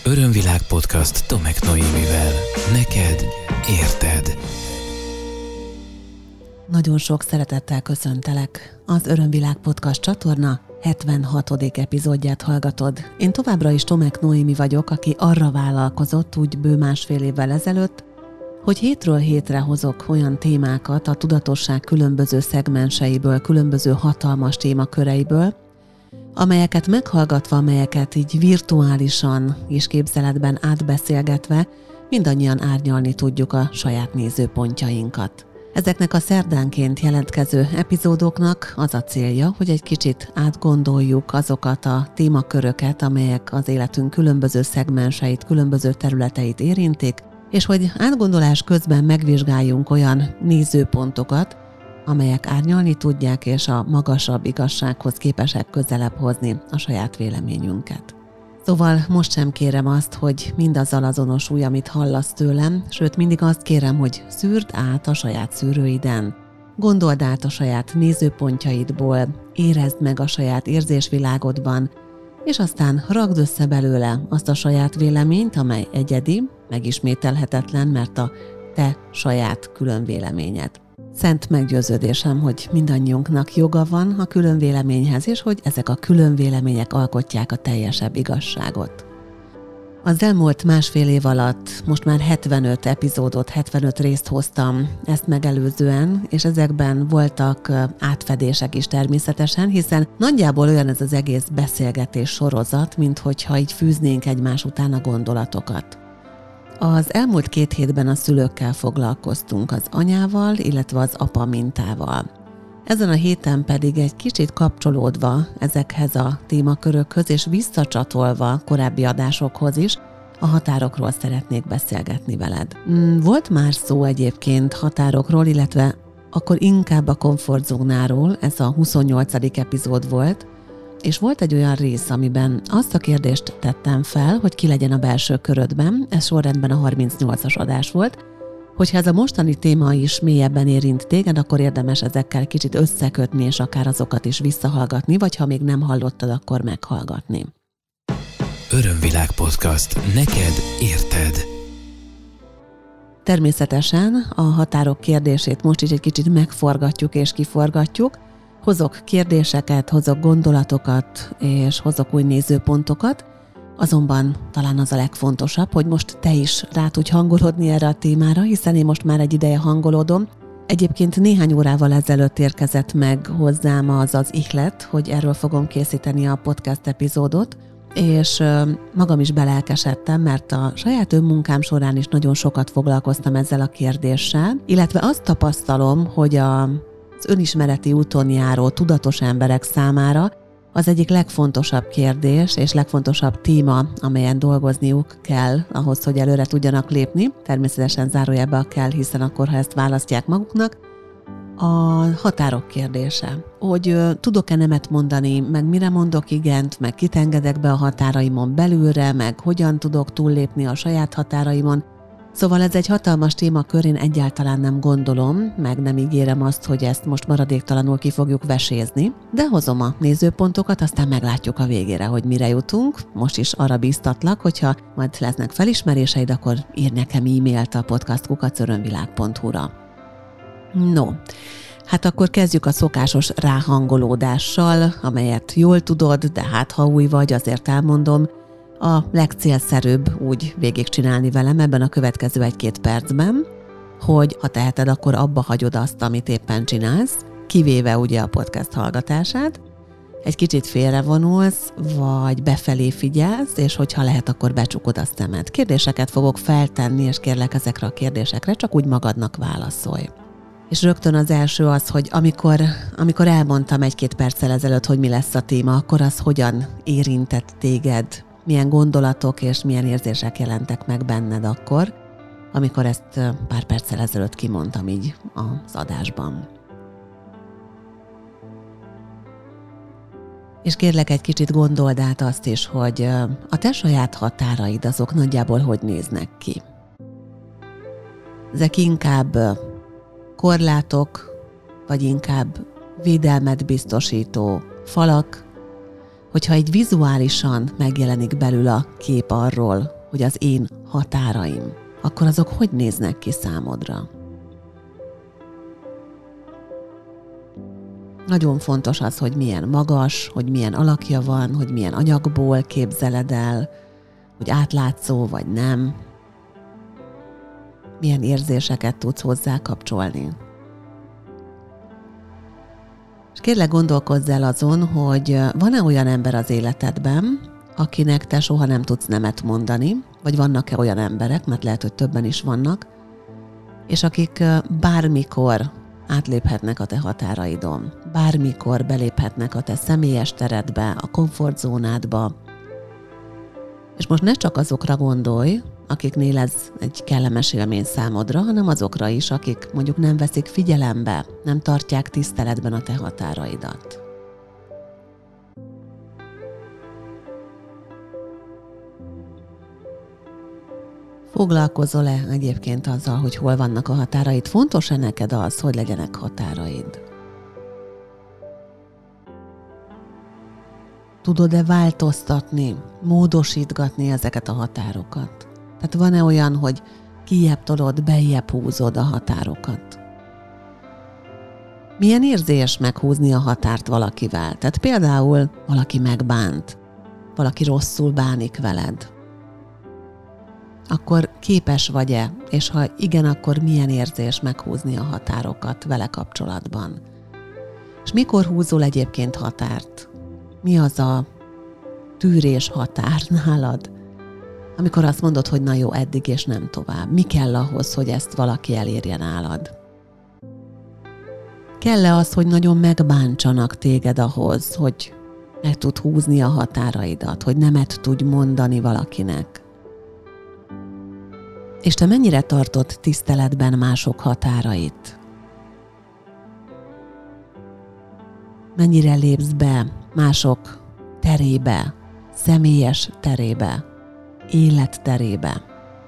Örömvilág podcast Tomek Noémivel. Neked érted. Nagyon sok szeretettel köszöntelek. Az Örömvilág podcast csatorna 76. epizódját hallgatod. Én továbbra is Tomek Noémi vagyok, aki arra vállalkozott úgy bő másfél évvel ezelőtt, hogy hétről hétre hozok olyan témákat a tudatosság különböző szegmenseiből, különböző hatalmas témaköreiből, amelyeket meghallgatva, amelyeket így virtuálisan és képzeletben átbeszélgetve mindannyian árnyalni tudjuk a saját nézőpontjainkat. Ezeknek a szerdánként jelentkező epizódoknak az a célja, hogy egy kicsit átgondoljuk azokat a témaköröket, amelyek az életünk különböző szegmenseit, különböző területeit érintik, és hogy átgondolás közben megvizsgáljunk olyan nézőpontokat, amelyek árnyalni tudják és a magasabb igazsághoz képesek közelebb hozni a saját véleményünket. Szóval most sem kérem azt, hogy mindazzal azonosulj, amit hallasz tőlem, sőt mindig azt kérem, hogy szűrd át a saját szűrőiden. Gondold át a saját nézőpontjaidból, érezd meg a saját érzésvilágodban, és aztán ragd össze belőle azt a saját véleményt, amely egyedi, megismételhetetlen, mert a te saját külön véleményed. Szent meggyőződésem, hogy mindannyiunknak joga van a külön véleményhez, és hogy ezek a külön vélemények alkotják a teljesebb igazságot. Az elmúlt másfél év alatt most már 75 epizódot, 75 részt hoztam ezt megelőzően, és ezekben voltak átfedések is természetesen, hiszen nagyjából olyan ez az egész beszélgetés sorozat, mint hogyha így fűznénk egymás után a gondolatokat. Az elmúlt 2 hétben a szülőkkel foglalkoztunk, az anyával, illetve az apa mintával. Ezen a héten pedig egy kicsit kapcsolódva ezekhez a témakörökhöz, és visszacsatolva korábbi adásokhoz is, a határokról szeretnék beszélgetni veled. Volt már szó egyébként határokról, illetve akkor inkább a komfortzónáról, ez a 28. epizód volt, és volt egy olyan rész, amiben azt a kérdést tettem fel, hogy ki legyen a belső körödben, ez sorrendben a 38-as adás volt, hogyha ez a mostani téma is mélyebben érint téged, akkor érdemes ezekkel kicsit összekötni, és akár azokat is visszahallgatni, vagy ha még nem hallottad, akkor meghallgatni. Örömvilág podcast. Neked érted. Természetesen a határok kérdését most is egy kicsit megforgatjuk és kiforgatjuk. Hozok kérdéseket, hozok gondolatokat, és hozok új nézőpontokat, azonban talán az a legfontosabb, hogy most te is rá tudj hangolódni erre a témára, hiszen én most már egy ideje hangolódom. Egyébként néhány órával ezelőtt érkezett meg hozzám az ihlet, hogy erről fogom készíteni a podcast epizódot, és magam is belelkesedtem, mert a saját önmunkám során is nagyon sokat foglalkoztam ezzel a kérdéssel, illetve azt tapasztalom, hogy az önismereti úton járó tudatos emberek számára az egyik legfontosabb kérdés és legfontosabb téma, amelyen dolgozniuk kell ahhoz, hogy előre tudjanak lépni. Természetesen zárójelbe kell, hiszen akkor, ha ezt választják maguknak, a határok kérdése. Hogy tudok-e nemet mondani, meg mire mondok igent, meg kit engedek be a határaimon belülre, meg hogyan tudok túllépni a saját határaimon. Szóval ez egy hatalmas témakör, én egyáltalán nem gondolom, meg nem ígérem azt, hogy ezt most maradéktalanul ki fogjuk vesézni, de hozom a nézőpontokat, aztán meglátjuk a végére, hogy mire jutunk. Most is arra bíztatlak, hogyha majd lesznek felismeréseid, akkor írj nekem e-mailt a podcast@örömvilág.hu-ra. No, hát akkor kezdjük a szokásos ráhangolódással, amelyet jól tudod, de hát ha új vagy, azért elmondom, a legcélszerűbb úgy végigcsinálni velem ebben a következő 1-2 percben, hogy ha teheted, akkor abba hagyod azt, amit éppen csinálsz, kivéve ugye a podcast hallgatását, egy kicsit félrevonulsz, vagy befelé figyelsz, és hogyha lehet, akkor becsukod a szemed. Kérdéseket fogok feltenni, és kérlek ezekre a kérdésekre csak úgy magadnak válaszolj. És rögtön az első az, hogy amikor elmondtam 1-2 perccel ezelőtt, hogy mi lesz a téma, akkor az hogyan érintett téged, milyen gondolatok és milyen érzések jelentek meg benned akkor, amikor ezt pár perccel ezelőtt kimondtam így az adásban. És kérlek egy kicsit gondold át azt is, hogy a te saját határaid azok nagyjából hogy néznek ki. Ezek inkább korlátok, vagy inkább védelmet biztosító falak, hogyha egy vizuálisan megjelenik belül a kép arról, hogy az én határaim, akkor azok hogy néznek ki számodra? Nagyon fontos az, hogy milyen magas, hogy milyen alakja van, hogy milyen anyagból képzeled el, hogy átlátszó vagy nem. Milyen érzéseket tudsz hozzá kapcsolni. És kérlek, gondolkozz el azon, hogy van-e olyan ember az életedben, akinek te soha nem tudsz nemet mondani, vagy vannak-e olyan emberek, mert lehet, hogy többen is vannak, és akik bármikor átléphetnek a te határaidon, bármikor beléphetnek a te személyes teredbe, a komfortzónádba. És most ne csak azokra gondolj, akiknél ez egy kellemes élmény számodra, hanem azokra is, akik mondjuk nem veszik figyelembe, nem tartják tiszteletben a te határaidat. Foglalkozol-e egyébként azzal, hogy hol vannak a határaid? Fontos-e neked az, hogy legyenek határaid? Tudod-e változtatni, módosítgatni ezeket a határokat? Tehát van-e olyan, hogy kijjebb tolod, bejjebb húzod a határokat? Milyen érzés meghúzni a határt valakivel? Tehát például valaki megbánt, valaki rosszul bánik veled. Akkor képes vagy-e, és ha igen, akkor milyen érzés meghúzni a határokat vele kapcsolatban? És mikor húzol egyébként határt? Mi az a tűrés határ nálad? Amikor azt mondod, hogy na jó, eddig és nem tovább. Mi kell ahhoz, hogy ezt valaki elérje nálad? Kell-e az, hogy nagyon megbántsanak téged ahhoz, hogy meg tud húzni a határaidat, hogy nemet tudj mondani valakinek? És te mennyire tartod tiszteletben mások határait? Mennyire lépsz be mások terébe, személyes terébe, életterébe?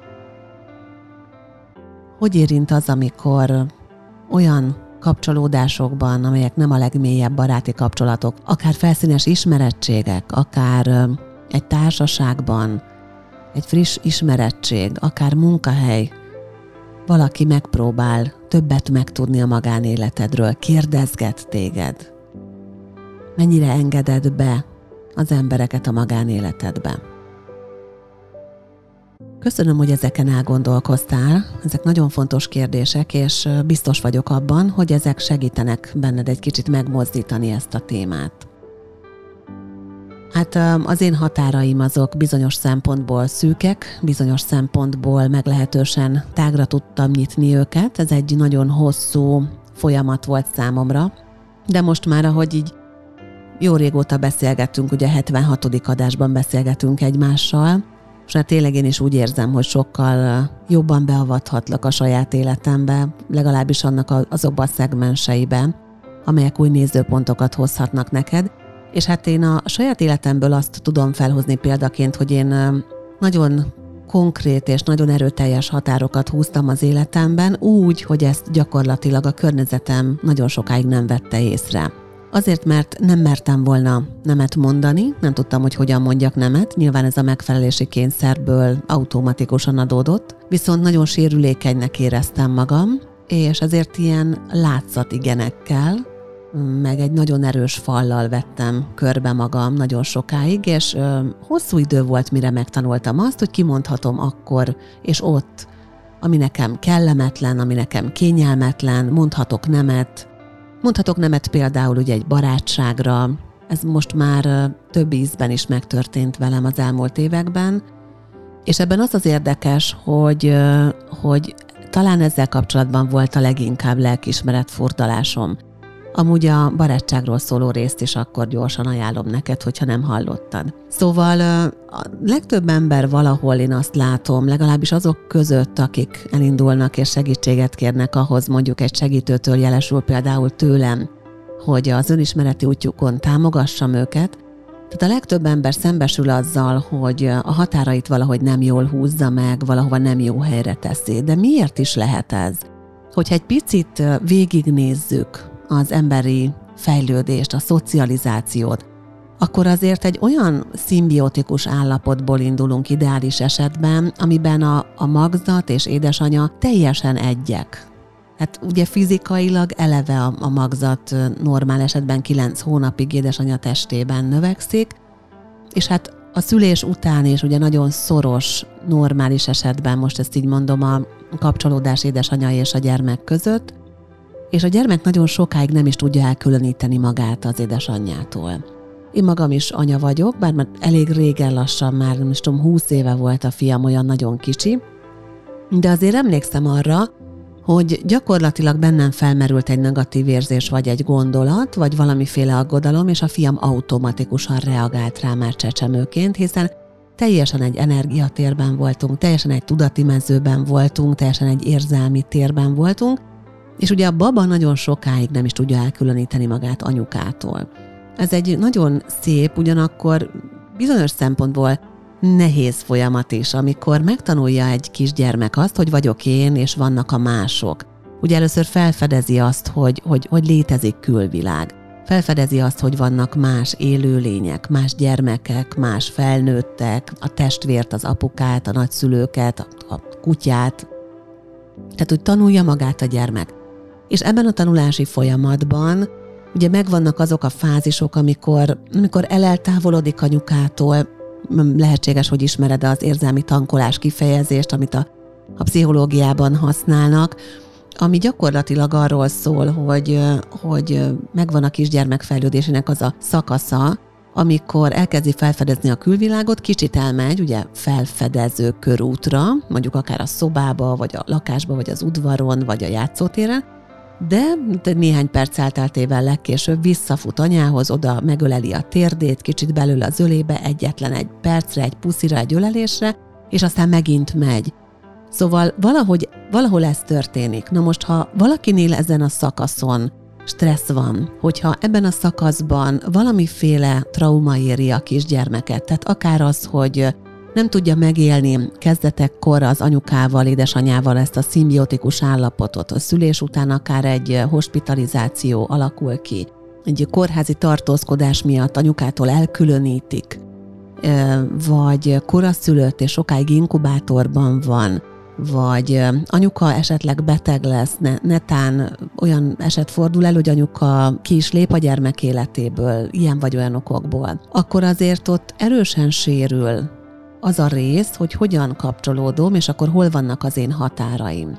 Hogy érint az, amikor olyan kapcsolódásokban, amelyek nem a legmélyebb baráti kapcsolatok, akár felszínes ismerettségek, akár egy társaságban, egy friss ismerettség, akár munkahely, valaki megpróbál többet megtudni a magánéletedről, kérdezget téged. Mennyire engeded be az embereket a magánéletedbe? Köszönöm, hogy ezeken elgondolkoztál. Ezek nagyon fontos kérdések, és biztos vagyok abban, hogy ezek segítenek benned egy kicsit megmozdítani ezt a témát. Hát az én határaim azok bizonyos szempontból szűkek, bizonyos szempontból meglehetősen tágra tudtam nyitni őket. Ez egy nagyon hosszú folyamat volt számomra, de most már, ahogy így jó régóta beszélgettünk, ugye 76. adásban beszélgetünk egymással, és hát tényleg én is úgy érzem, hogy sokkal jobban beavathatlak a saját életembe, legalábbis annak azokban a szegmenseiben, amelyek új nézőpontokat hozhatnak neked. És hát én a saját életemből azt tudom felhozni példaként, hogy én nagyon konkrét és nagyon erőteljes határokat húztam az életemben, úgy, hogy ezt gyakorlatilag a környezetem nagyon sokáig nem vette észre. Azért, mert nem mertem volna nemet mondani, nem tudtam, hogy hogyan mondjak nemet, nyilván ez a megfelelési kényszerből automatikusan adódott, viszont nagyon sérülékenynek éreztem magam, és ezért ilyen látszatigenekkel, meg egy nagyon erős fallal vettem körbe magam nagyon sokáig, és hosszú idő volt, mire megtanultam azt, hogy kimondhatom akkor és ott, ami nekem kellemetlen, ami nekem kényelmetlen, mondhatok nemet például ugye egy barátságra. Ez most már több ízben is megtörtént velem az elmúlt években, és ebben az érdekes, hogy talán ezzel kapcsolatban volt a leginkább lelkiismeret furdalásom. Amúgy a barátságról szóló részt is akkor gyorsan ajánlom neked, hogyha nem hallottad. Szóval a legtöbb ember valahol, én azt látom, legalábbis azok között, akik elindulnak és segítséget kérnek ahhoz, mondjuk egy segítőtől, jelesül például tőlem, hogy az önismereti útjukon támogassam őket. Tehát a legtöbb ember szembesül azzal, hogy a határait valahogy nem jól húzza meg, valahova nem jó helyre teszi. De miért is lehet ez? Hogyha egy picit végignézzük az emberi fejlődést, a szocializációt, akkor azért egy olyan szimbiotikus állapotból indulunk ideális esetben, amiben a magzat és édesanya teljesen egyek. Hát ugye fizikailag eleve a magzat normál esetben 9 hónapig édesanya testében növekszik, és hát a szülés után is ugye nagyon szoros, normális esetben, most ezt így mondom, a kapcsolódás édesanya és a gyermek között, és a gyermek nagyon sokáig nem is tudja elkülöníteni magát az édesanyjától. Én magam is anya vagyok, bár már elég régen lassan, már nem is tudom, 20 éve volt a fiam, olyan nagyon kicsi, de azért emlékszem arra, hogy gyakorlatilag bennem felmerült egy negatív érzés, vagy egy gondolat, vagy valamiféle aggodalom, és a fiam automatikusan reagált rá már csecsemőként, hiszen teljesen egy energiatérben voltunk, teljesen egy tudati mezőben voltunk, teljesen egy érzelmi térben voltunk, és ugye a baba nagyon sokáig nem is tudja elkülöníteni magát anyukától. Ez egy nagyon szép, ugyanakkor bizonyos szempontból nehéz folyamat is, amikor megtanulja egy kisgyermek azt, hogy vagyok én, és vannak a mások. Ugye először felfedezi azt, hogy létezik külvilág. Felfedezi azt, hogy vannak más élőlények, más gyermekek, más felnőttek, a testvért, az apukát, a nagyszülőket, a kutyát. Tehát, hogy tanulja magát a gyermek. És ebben a tanulási folyamatban ugye megvannak azok a fázisok, amikor eltávolodik anyukától, lehetséges, hogy ismered az érzelmi tankolás kifejezést, amit a pszichológiában használnak, ami gyakorlatilag arról szól, hogy megvan a kisgyermek fejlődésének az a szakasza, amikor elkezdi felfedezni a külvilágot, kicsit elmegy, ugye felfedező körútra, mondjuk akár a szobába, vagy a lakásba, vagy az udvaron, vagy a játszótéren, de néhány perc elteltével legkésőbb visszafut anyához, oda megöleli a térdét, kicsit belőle az ölébe, egyetlen egy percre, egy puszira, egy ölelésre, és aztán megint megy. Szóval valahol ez történik. Na most, ha valakinél ezen a szakaszon stressz van, hogyha ebben a szakaszban valamiféle trauma éri a kisgyermeket, tehát akár az, hogy nem tudja megélni kezdetekkor az anyukával, édesanyával ezt a szimbiotikus állapotot. A szülés után akár egy hospitalizáció alakul ki. Egy kórházi tartózkodás miatt anyukától elkülönítik, vagy koraszülött és sokáig inkubátorban van, vagy anyuka esetleg beteg lesz, netán olyan eset fordul el, hogy anyuka ki is lép a gyermek életéből, ilyen vagy olyan okokból, akkor azért ott erősen sérül az a rész, hogy hogyan kapcsolódom, és akkor hol vannak az én határaim.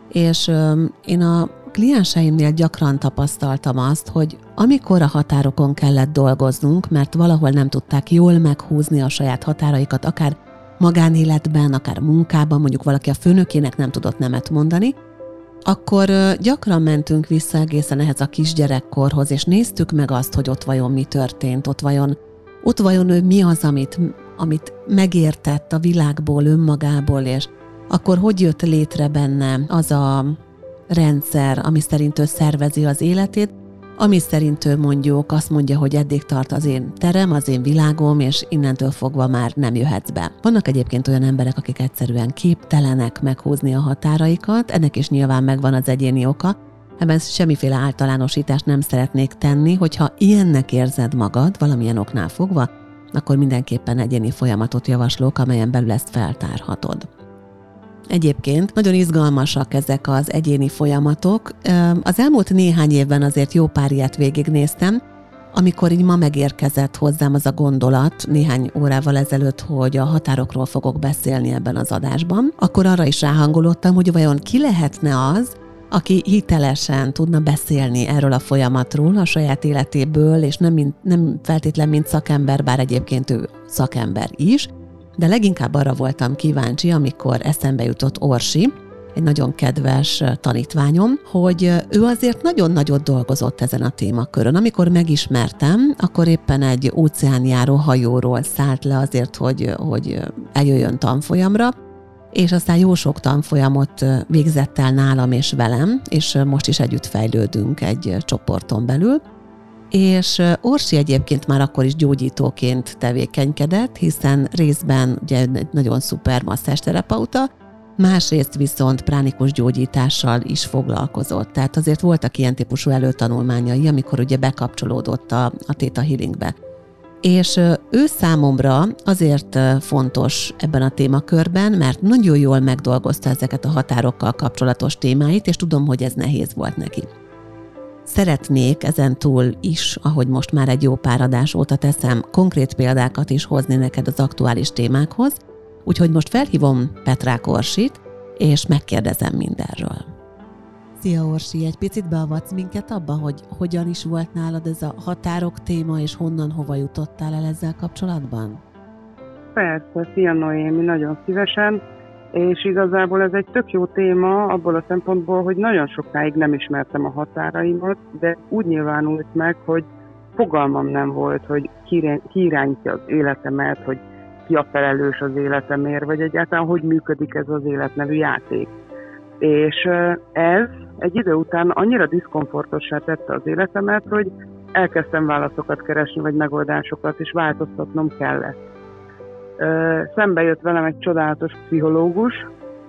És én a klienseimnél gyakran tapasztaltam azt, hogy amikor a határokon kellett dolgoznunk, mert valahol nem tudták jól meghúzni a saját határaikat, akár magánéletben, akár munkában, mondjuk valaki a főnökének nem tudott nemet mondani, akkor gyakran mentünk vissza egészen ehhez a kisgyerekkorhoz, és néztük meg azt, hogy ott vajon mi történt, ott vajon ő mi az, amit megértett a világból, önmagából, és akkor hogy jött létre benne az a rendszer, ami szerint ő szervezi az életét, ami szerint ő mondjuk azt mondja, hogy eddig tart az én terem, az én világom, és innentől fogva már nem jöhetsz be. Vannak egyébként olyan emberek, akik egyszerűen képtelenek meghúzni a határaikat, ennek is nyilván megvan az egyéni oka, ebben semmiféle általánosítást nem szeretnék tenni, hogyha ilyennek érzed magad valamilyen oknál fogva, akkor mindenképpen egyéni folyamatot javaslok, amelyen belül ezt feltárhatod. Egyébként nagyon izgalmasak ezek az egyéni folyamatok. Az elmúlt néhány évben azért jó pár ilyet végignéztem, amikor így ma megérkezett hozzám az a gondolat néhány órával ezelőtt, hogy a határokról fogok beszélni ebben az adásban, akkor arra is ráhangolódtam, hogy vajon ki lehetne az, aki hitelesen tudna beszélni erről a folyamatról, a saját életéből, és nem feltétlen mint szakember, bár egyébként ő szakember is, de leginkább arra voltam kíváncsi, amikor eszembe jutott Orsi, egy nagyon kedves tanítványom, hogy ő azért nagyon nagyot dolgozott ezen a témakörön. Amikor megismertem, akkor éppen egy óceánjáró hajóról szállt le azért, hogy eljöjjön tanfolyamra, és aztán jó sok tanfolyamot végzett el nálam és velem, és most is együtt fejlődünk egy csoporton belül. És Orsi egyébként már akkor is gyógyítóként tevékenykedett, hiszen részben ugye egy nagyon szuper masszázsterapeuta, másrészt viszont pránikus gyógyítással is foglalkozott. Tehát azért voltak ilyen típusú előtanulmányai, amikor ugye bekapcsolódott a Theta Healingbe. És ő számomra azért fontos ebben a témakörben, mert nagyon jól megdolgozta ezeket a határokkal kapcsolatos témáit, és tudom, hogy ez nehéz volt neki. Szeretnék ezen túl is, ahogy most már egy jó pár adás óta teszem, konkrét példákat is hozni neked az aktuális témákhoz, úgyhogy most felhívom Petrák Orsit, és megkérdezem mindenről. Szia Orsi, egy picit beavatsz minket abba, hogy hogyan is volt nálad ez a határok téma, és honnan hova jutottál el ezzel kapcsolatban? Persze, szia Noémi, nagyon szívesen, és igazából ez egy tök jó téma abból a szempontból, hogy nagyon sokáig nem ismertem a határaimat, de úgy nyilvánult meg, hogy fogalmam nem volt, hogy ki irányítja az életemet, hogy ki a felelős az életemért, vagy egyáltalán hogy működik ez az élet nevű játék. És ez egy idő után annyira diszkomfortossá tette az életemet, hogy elkezdtem válaszokat keresni, vagy megoldásokat, és változtatnom kellett. Szembe jött velem egy csodálatos pszichológus,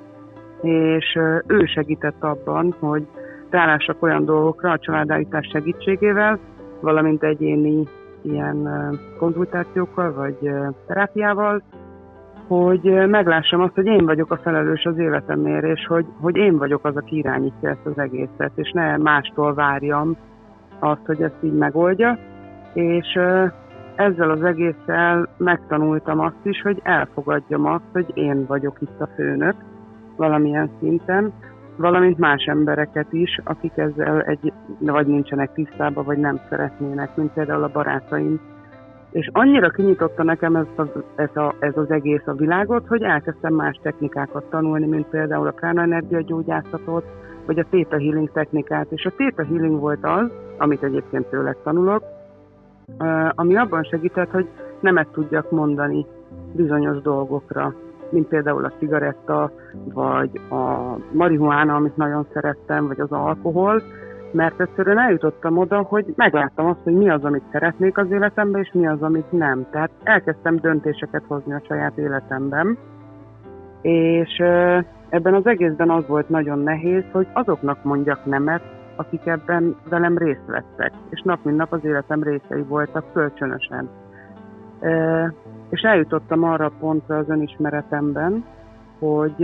és ő segített abban, hogy rálássak olyan dolgokra a családállítás segítségével, valamint egyéni ilyen konzultációkkal, vagy terápiával, hogy meglássam azt, hogy én vagyok a felelős az életemért, és hogy én vagyok az, aki irányítja ezt az egészet, és ne mástól várjam azt, hogy ezt így megoldja. És ezzel az egésszel megtanultam azt is, hogy elfogadjam azt, hogy én vagyok itt a főnök valamilyen szinten, valamint más embereket is, akik ezzel vagy nincsenek tisztában, vagy nem szeretnének, mint például a barátaim. És annyira kinyitotta nekem ez az egész a világot, hogy elkezdtem más technikákat tanulni, mint például a pránaenergia gyógyászatot, vagy a Theta Healing technikát. És a Theta Healing volt az, amit egyébként tőled tanulok, ami abban segített, hogy nemet tudjak mondani bizonyos dolgokra, mint például a cigaretta, vagy a marihuána, amit nagyon szerettem, vagy az alkohol, mert egyszerűen eljutottam oda, hogy megláttam azt, hogy mi az, amit szeretnék az életemben, és mi az, amit nem. Tehát elkezdtem döntéseket hozni a saját életemben, és ebben az egészben az volt nagyon nehéz, hogy azoknak mondjak nemet, akik ebben velem részt vettek, és nap mint nap az életem részei voltak kölcsönösen. És eljutottam arra a pontra az önismeretemben, hogy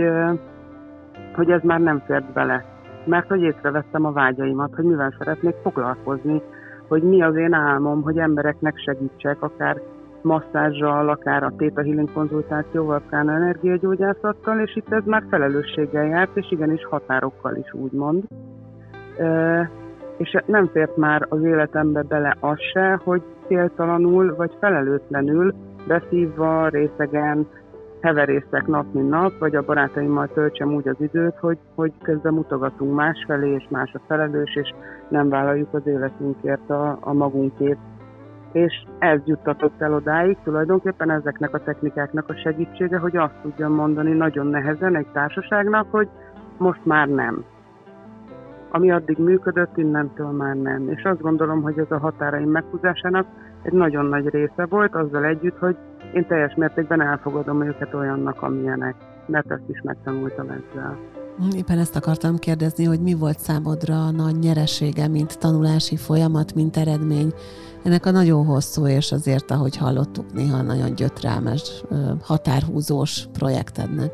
ez már nem fért bele. Mert hogy észrevettem a vágyaimat, hogy mivel szeretnék foglalkozni, hogy mi az én álmom, hogy embereknek segítsek, akár masszázsal, akár a Theta Healing konzultációval, akár energiagyógyászattal, és itt ez már felelősséggel járt, és igenis határokkal is úgymond. És nem fért már az életembe bele az se, hogy céltalanul vagy felelőtlenül beszívva, részegen heverészek nap mint nap, vagy a barátaimmal töltsem úgy az időt, hogy közben mutogatunk másfelé, és más a felelős, és nem vállaljuk az életünkért a magunkét. És ez juttatott el odáig, tulajdonképpen ezeknek a technikáknak a segítsége, hogy azt tudjam mondani nagyon nehezen egy társaságnak, hogy most már nem. Ami addig működött, innentől már nem. És azt gondolom, hogy ez a határaim meghúzásának egy nagyon nagy része volt, azzal együtt, hogy én teljes mértékben elfogadom őket olyannak, amilyenek, mert ezt is megtanultam ezzel. Éppen ezt akartam kérdezni, hogy mi volt számodra a nagy nyeresége, mint tanulási folyamat, mint eredmény ennek a nagyon hosszú, és azért, ahogy hallottuk, néha nagyon gyötrelmes, határhúzós projektednek.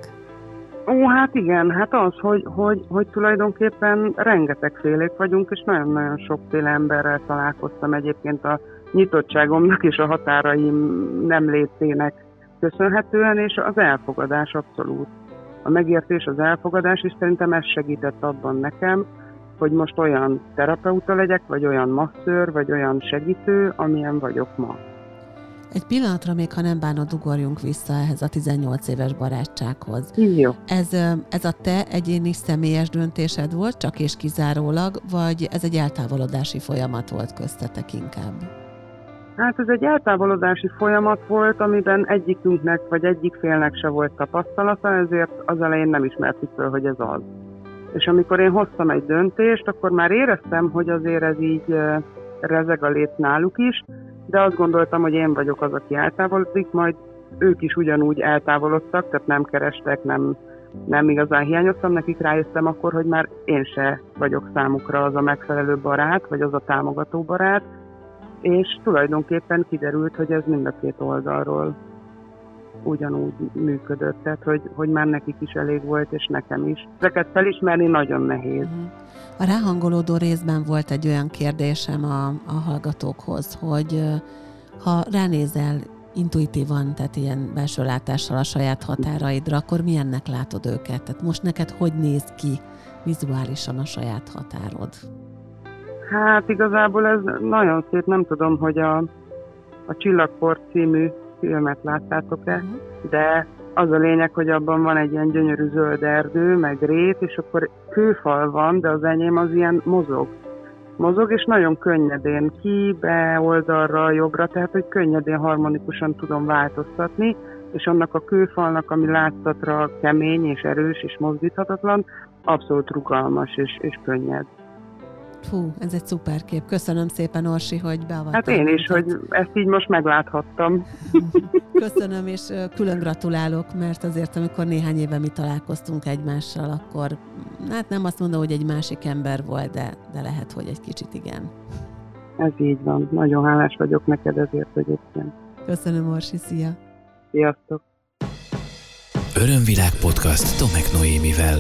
Hát igen, hát az, hogy tulajdonképpen rengetegfélék vagyunk, és nagyon-nagyon sokféle emberrel találkoztam egyébként a nyitottságomnak és a határaim nem létének köszönhetően, és az elfogadás abszolút. A megértés, az elfogadás, és szerintem ez segített abban nekem, hogy most olyan terapeuta legyek, vagy olyan masszőr, vagy olyan segítő, amilyen vagyok ma. Egy pillanatra még, ha nem bánod, ugorjunk vissza ehhez a 18 éves barátsághoz. Jó. Ez a te egyéni személyes döntésed volt, csak és kizárólag, vagy ez egy eltávolodási folyamat volt köztetek inkább? Hát ez egy eltávolodási folyamat volt, amiben egyikünknek vagy egyik félnek se volt tapasztalata, ezért az elején nem ismertük föl, hogy ez az. És amikor én hoztam egy döntést, akkor már éreztem, hogy azért ez így rezeg a lét náluk is, de azt gondoltam, hogy én vagyok az, aki eltávolodik, majd ők is ugyanúgy eltávolodtak, tehát nem kerestek, nem igazán hiányoztam nekik, rájöttem akkor, hogy már én se vagyok számukra az a megfelelő barát, vagy az a támogató barát, és tulajdonképpen kiderült, hogy ez mind a két oldalról ugyanúgy működött, tehát hogy már nekik is elég volt, és nekem is. Ezeket felismerni nagyon nehéz. A ráhangolódó részben volt egy olyan kérdésem a hallgatókhoz, hogy ha ránézel intuitívan, tehát ilyen belső látással a saját határaidra, akkor milyennek látod őket? Tehát most neked hogy néz ki vizuálisan a saját határod? Hát igazából ez nagyon szép, nem tudom, hogy a Csillagport című filmet láttátok-e, de az a lényeg, hogy abban van egy ilyen gyönyörű zöld erdő, meg rét, és akkor kőfal van, de az enyém az ilyen mozog, és nagyon könnyedén kibe, oldalra, jobbra, tehát hogy könnyedén, harmonikusan tudom változtatni, és annak a kőfalnak, ami látszatra kemény és erős és mozdíthatatlan, abszolút rugalmas és könnyed. Fú, ez egy szuper kép. Köszönöm szépen, Orsi, hogy beavattál. Hát én is, hogy ezt így most megláthattam. Köszönöm, és külön gratulálok, mert azért, amikor néhány éve mi találkoztunk egymással, akkor hát nem azt mondom, hogy egy másik ember volt, de lehet, hogy egy kicsit igen. Ez így van. Nagyon hálás vagyok neked ezért egyébként. Köszönöm, Orsi, szia! Sziasztok! Örömvilág podcast Tomek Noémivel.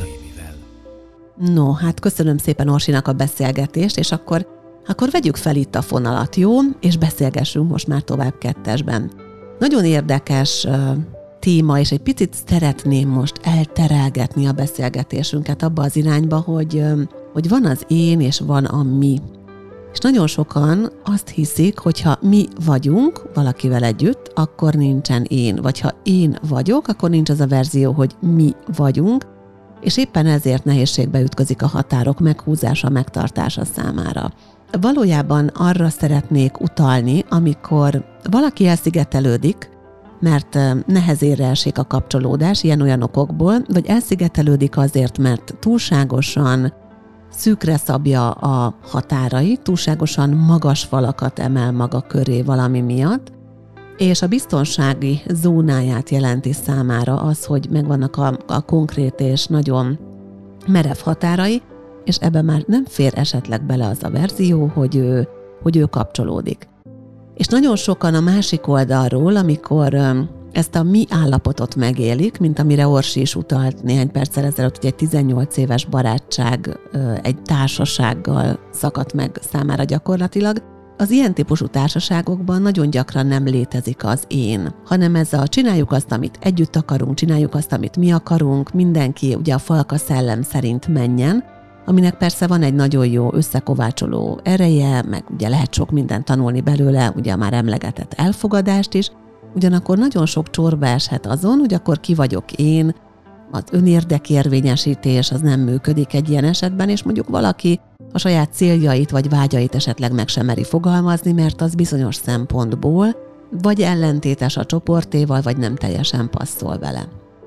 No, hát köszönöm szépen Orsinak a beszélgetést, és akkor vegyük fel itt a fonalat, jó? És beszélgessünk most már tovább kettesben. Nagyon érdekes téma, és egy picit szeretném most elterelgetni a beszélgetésünket abba az irányba, hogy van az én, és van a mi. És nagyon sokan azt hiszik, hogy ha mi vagyunk valakivel együtt, akkor nincsen én. Vagy ha én vagyok, akkor nincs az a verzió, hogy mi vagyunk, és éppen ezért nehézségbe ütközik a határok meghúzása, megtartása számára. Valójában arra szeretnék utalni, amikor valaki elszigetelődik, mert nehezére esik a kapcsolódás ilyen-olyan okokból, vagy elszigetelődik azért, mert túlságosan szűkre szabja a határait, túlságosan magas falakat emel maga köré valami miatt, és a biztonsági zónáját jelenti számára az, hogy megvannak a konkrét és nagyon merev határai, és ebben már nem fér esetleg bele az a verzió, hogy ő kapcsolódik. És nagyon sokan a másik oldalról, amikor ezt a mi állapotot megélik, mint amire Orsi is utalt néhány perccel ezelőtt, hogy egy 18 éves barátság egy társasággal szakadt meg számára gyakorlatilag, az ilyen típusú társaságokban nagyon gyakran nem létezik az én, hanem ez a csináljuk azt, amit együtt akarunk, csináljuk azt, amit mi akarunk, mindenki ugye a falka szellem szerint menjen, aminek persze van egy nagyon jó összekovácsoló ereje, meg ugye lehet sok mindent tanulni belőle, ugye már emlegetett elfogadást is, ugyanakkor nagyon sok csorba eshet azon, hogy akkor ki vagyok én, az önérdekérvényesítés az nem működik egy ilyen esetben, és mondjuk valaki a saját céljait vagy vágyait esetleg meg sem meri fogalmazni, mert az bizonyos szempontból vagy ellentétes a csoportéval, vagy nem teljesen passzol vele.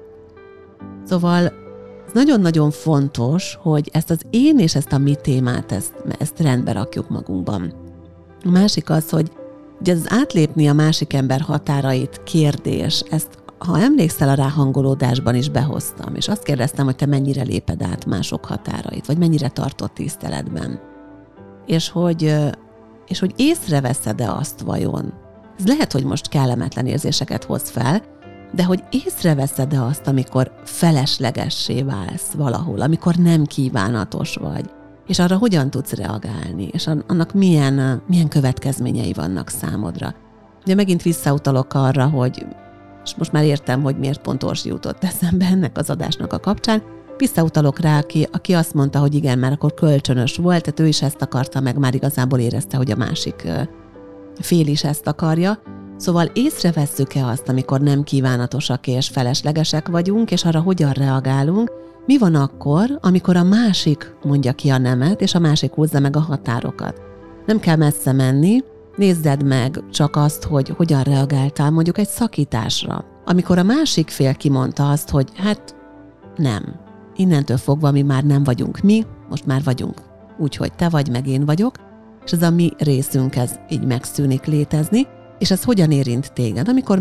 Szóval ez nagyon-nagyon fontos, hogy ezt az én és ezt a mi témát, ezt rendbe rakjuk magunkban. A másik az, hogy ugye az átlépni a másik ember határait kérdés, ezt ha emlékszel, a ráhangolódásban is behoztam, és azt kérdeztem, hogy te mennyire léped át mások határait, vagy mennyire tartott tiszteletben. És hogy észreveszed-e azt vajon? Ez lehet, hogy most kellemetlen érzéseket hoz fel, de hogy észreveszed-e azt, amikor feleslegessé válsz valahol, amikor nem kívánatos vagy, és arra hogyan tudsz reagálni, és annak milyen következményei vannak számodra. Ugye megint visszautalok arra, hogy és most már értem, hogy miért pont Orsi jutott eszembe ennek az adásnak a kapcsán. Visszautalok rá, aki azt mondta, hogy igen, már akkor kölcsönös volt, tehát ő is ezt akarta, meg már igazából érezte, hogy a másik fél is ezt akarja. Szóval észrevesszük-e azt, amikor nem kívánatosak és feleslegesek vagyunk, és arra hogyan reagálunk? Mi van akkor, amikor a másik mondja ki a nemet, és a másik húzza meg a határokat? Nem kell messze menni, nézzed meg csak azt, hogy hogyan reagáltál mondjuk egy szakításra. Amikor a másik fél kimondta azt, hogy hát nem, innentől fogva mi már nem vagyunk mi, most már vagyunk úgy, hogy te vagy, meg én vagyok, és ez a mi részünk ez így megszűnik létezni, és ez hogyan érint téged, amikor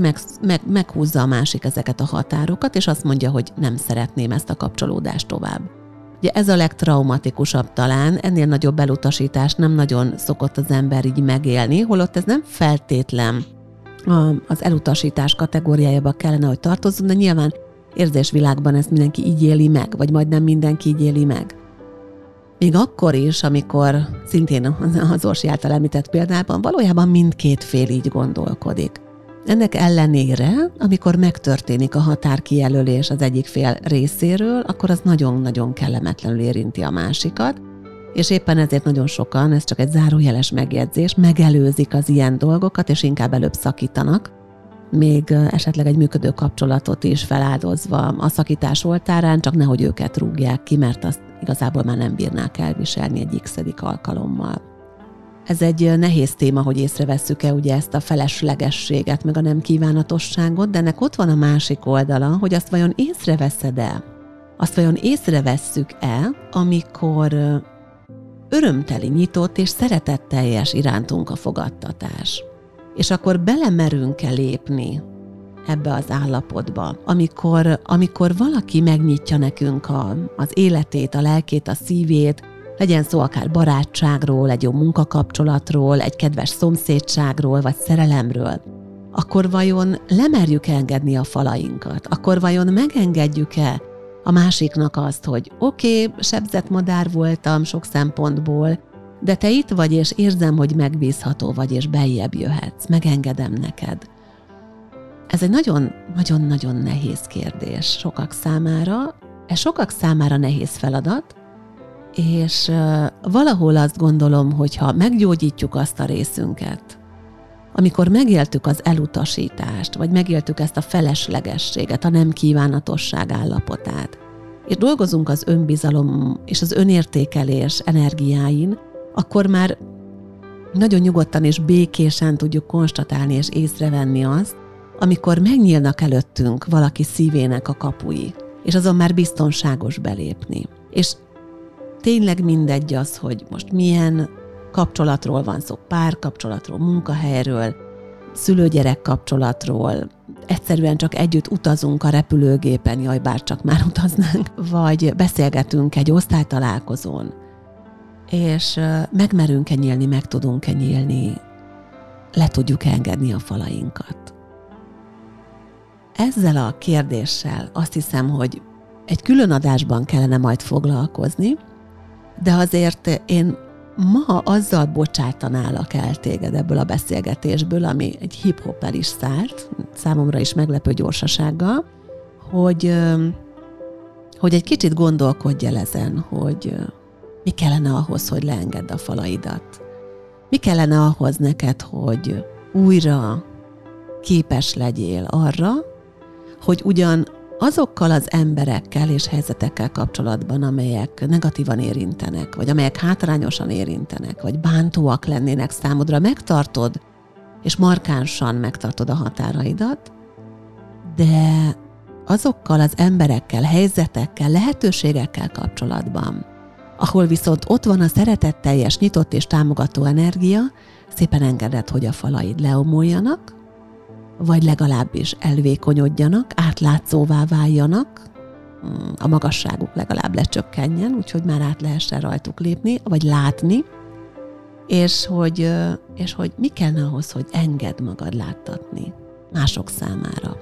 meghúzza a másik ezeket a határokat, és azt mondja, hogy nem szeretném ezt a kapcsolódást tovább. Ugye ez a legtraumatikusabb talán, ennél nagyobb elutasítást nem nagyon szokott az ember így megélni, holott ez nem feltétlen az elutasítás kategóriájába kellene, hogy tartozzon, de nyilván érzésvilágban ezt mindenki így éli meg, vagy majdnem mindenki így éli meg. Még akkor is, amikor szintén az Orsi által említett példában valójában mindkét fél így gondolkodik. Ennek ellenére, amikor megtörténik a határkijelölés az egyik fél részéről, akkor az nagyon-nagyon kellemetlenül érinti a másikat, és éppen ezért nagyon sokan, ez csak egy zárójeles megjegyzés, megelőzik az ilyen dolgokat, és inkább előbb szakítanak, még esetleg egy működő kapcsolatot is feláldozva a szakítás oltárán, csak nehogy őket rúgják ki, mert azt igazából már nem bírnák elviselni egy x-edik alkalommal. Ez egy nehéz téma, hogy észrevesszük-e ugye ezt a feleslegességet, meg a nem kívánatosságot, de ennek ott van a másik oldala, hogy azt vajon észreveszed-e? Azt vajon észrevesszük-e, amikor örömteli, nyitott és szeretetteljes irántunk a fogadtatás? És akkor belemerünk-e lépni ebbe az állapotba, amikor valaki megnyitja nekünk az életét, a lelkét, a szívét, legyen szó akár barátságról, egy jó munkakapcsolatról, egy kedves szomszédságról, vagy szerelemről, akkor vajon lemerjük engedni a falainkat? Akkor vajon megengedjük-e a másiknak azt, hogy oké, sebzett madár voltam sok szempontból, de te itt vagy, és érzem, hogy megbízható vagy, és beljebb jöhetsz, megengedem neked. Ez egy nagyon-nagyon nehéz kérdés sokak számára. Ez sokak számára nehéz feladat, és valahol azt gondolom, hogy ha meggyógyítjuk azt a részünket, amikor megéltük az elutasítást, vagy megéltük ezt a feleslegességet, a nem kívánatosság állapotát, és dolgozunk az önbizalom és az önértékelés energiáin, akkor már nagyon nyugodtan és békésen tudjuk konstatálni és észrevenni azt, amikor megnyílnak előttünk valaki szívének a kapui, és azon már biztonságos belépni. És tényleg mindegy az, hogy most milyen kapcsolatról van szó, párkapcsolatról, munkahelyről, szülő-gyerek kapcsolatról, egyszerűen csak együtt utazunk a repülőgépen, jaj, bár csak már utaznánk, vagy beszélgetünk egy osztálytalálkozón, és megmerünk-e nyílni, meg tudunk-e nyílni, le tudjuk engedni a falainkat. Ezzel a kérdéssel azt hiszem, hogy egy külön adásban kellene majd foglalkozni, de azért én ma azzal bocsátanálak el téged ebből a beszélgetésből, ami egy hip-hoppel is szállt, számomra is meglepő gyorsasággal, hogy egy kicsit gondolkodj el ezen, hogy mi kellene ahhoz, hogy leengedd a falaidat. Mi kellene ahhoz neked, hogy újra képes legyél arra, hogy ugyan azokkal az emberekkel és helyzetekkel kapcsolatban, amelyek negatívan érintenek, vagy amelyek hátrányosan érintenek, vagy bántóak lennének számodra, megtartod, és markánsan megtartod a határaidat, de azokkal az emberekkel, helyzetekkel, lehetőségekkel kapcsolatban, ahol viszont ott van a szeretetteljes, nyitott és támogató energia, szépen engeded, hogy a falaid leomoljanak, vagy legalábbis elvékonyodjanak, átlátszóvá váljanak, a magasságuk legalább lecsökkenjen, úgyhogy már át lehessen rajtuk lépni, vagy látni, és hogy mi kellene ahhoz, hogy engedd magad láttatni mások számára.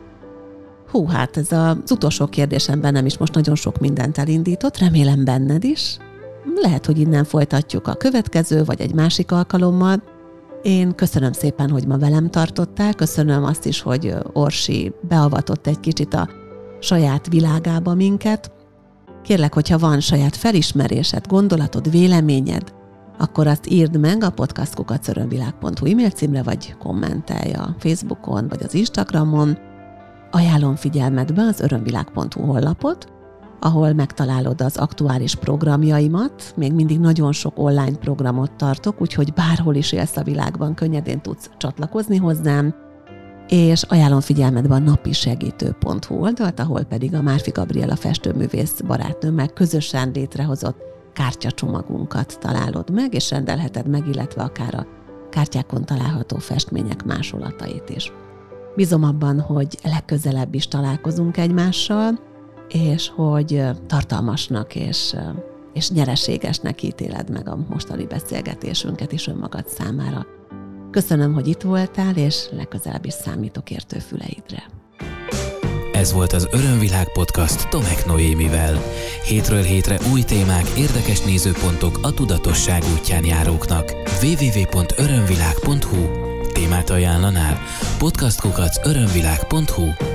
Hú, hát ez az utolsó kérdésem bennem is most nagyon sok mindent elindított, remélem benned is. Lehet, hogy innen folytatjuk a következő, vagy egy másik alkalommal. Én köszönöm szépen, hogy ma velem tartottál, köszönöm azt is, hogy Orsi beavatott egy kicsit a saját világába minket. Kérlek, hogyha van saját felismerésed, gondolatod, véleményed, akkor azt írd meg a podcast@örömvilág.hu e-mail címre, vagy kommentelj a Facebookon, vagy az Instagramon. Ajánlom figyelmetbe az örömvilág.hu honlapot, ahol megtalálod az aktuális programjaimat, még mindig nagyon sok online programot tartok, úgyhogy bárhol is élsz a világban, könnyedén tudsz csatlakozni hozzám, és ajánlom figyelmetbe a napisegítő.hu oldalt, ahol pedig a Márfi Gabriella festőművész barátnőmmel közösen létrehozott kártyacsomagunkat találod meg, és rendelheted meg, illetve akár a kártyákon található festmények másolatait is. Bízom abban, hogy legközelebb is találkozunk egymással, és hogy tartalmasnak és nyereségesnek ítéled meg a mostani beszélgetésünket is önmagad számára. Köszönöm, hogy itt voltál, és legközelebb is számítok értő füleidre. Ez volt az Örömvilág podcast Tomek Noémivel. Hétről hétre új témák, érdekes nézőpontok a tudatosság útján járóknak. www.örömvilág.hu Témát ajánlanál? podcastkukac.örömvilág.hu